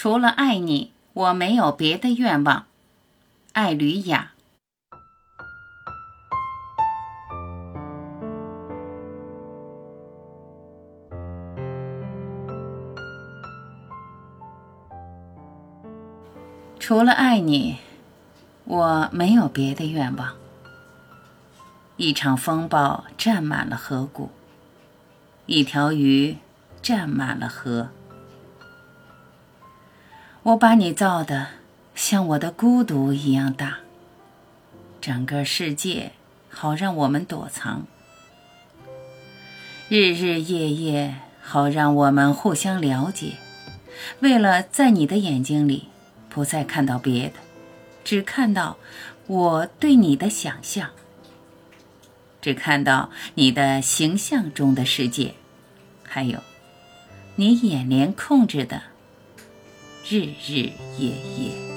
除了爱你，我没有别的愿望。艾吕雅。除了爱你，我没有别的愿望。一场风暴占满了河谷，一条鱼占满了河。我把你造得像我的孤独一样大，整个世界好让我们躲藏，日日夜夜好让我们互相了解，为了在你的眼睛里不再看到别的，只看到我对你的想象，只看到你的形象中的世界，还有你眼帘控制的日日夜夜。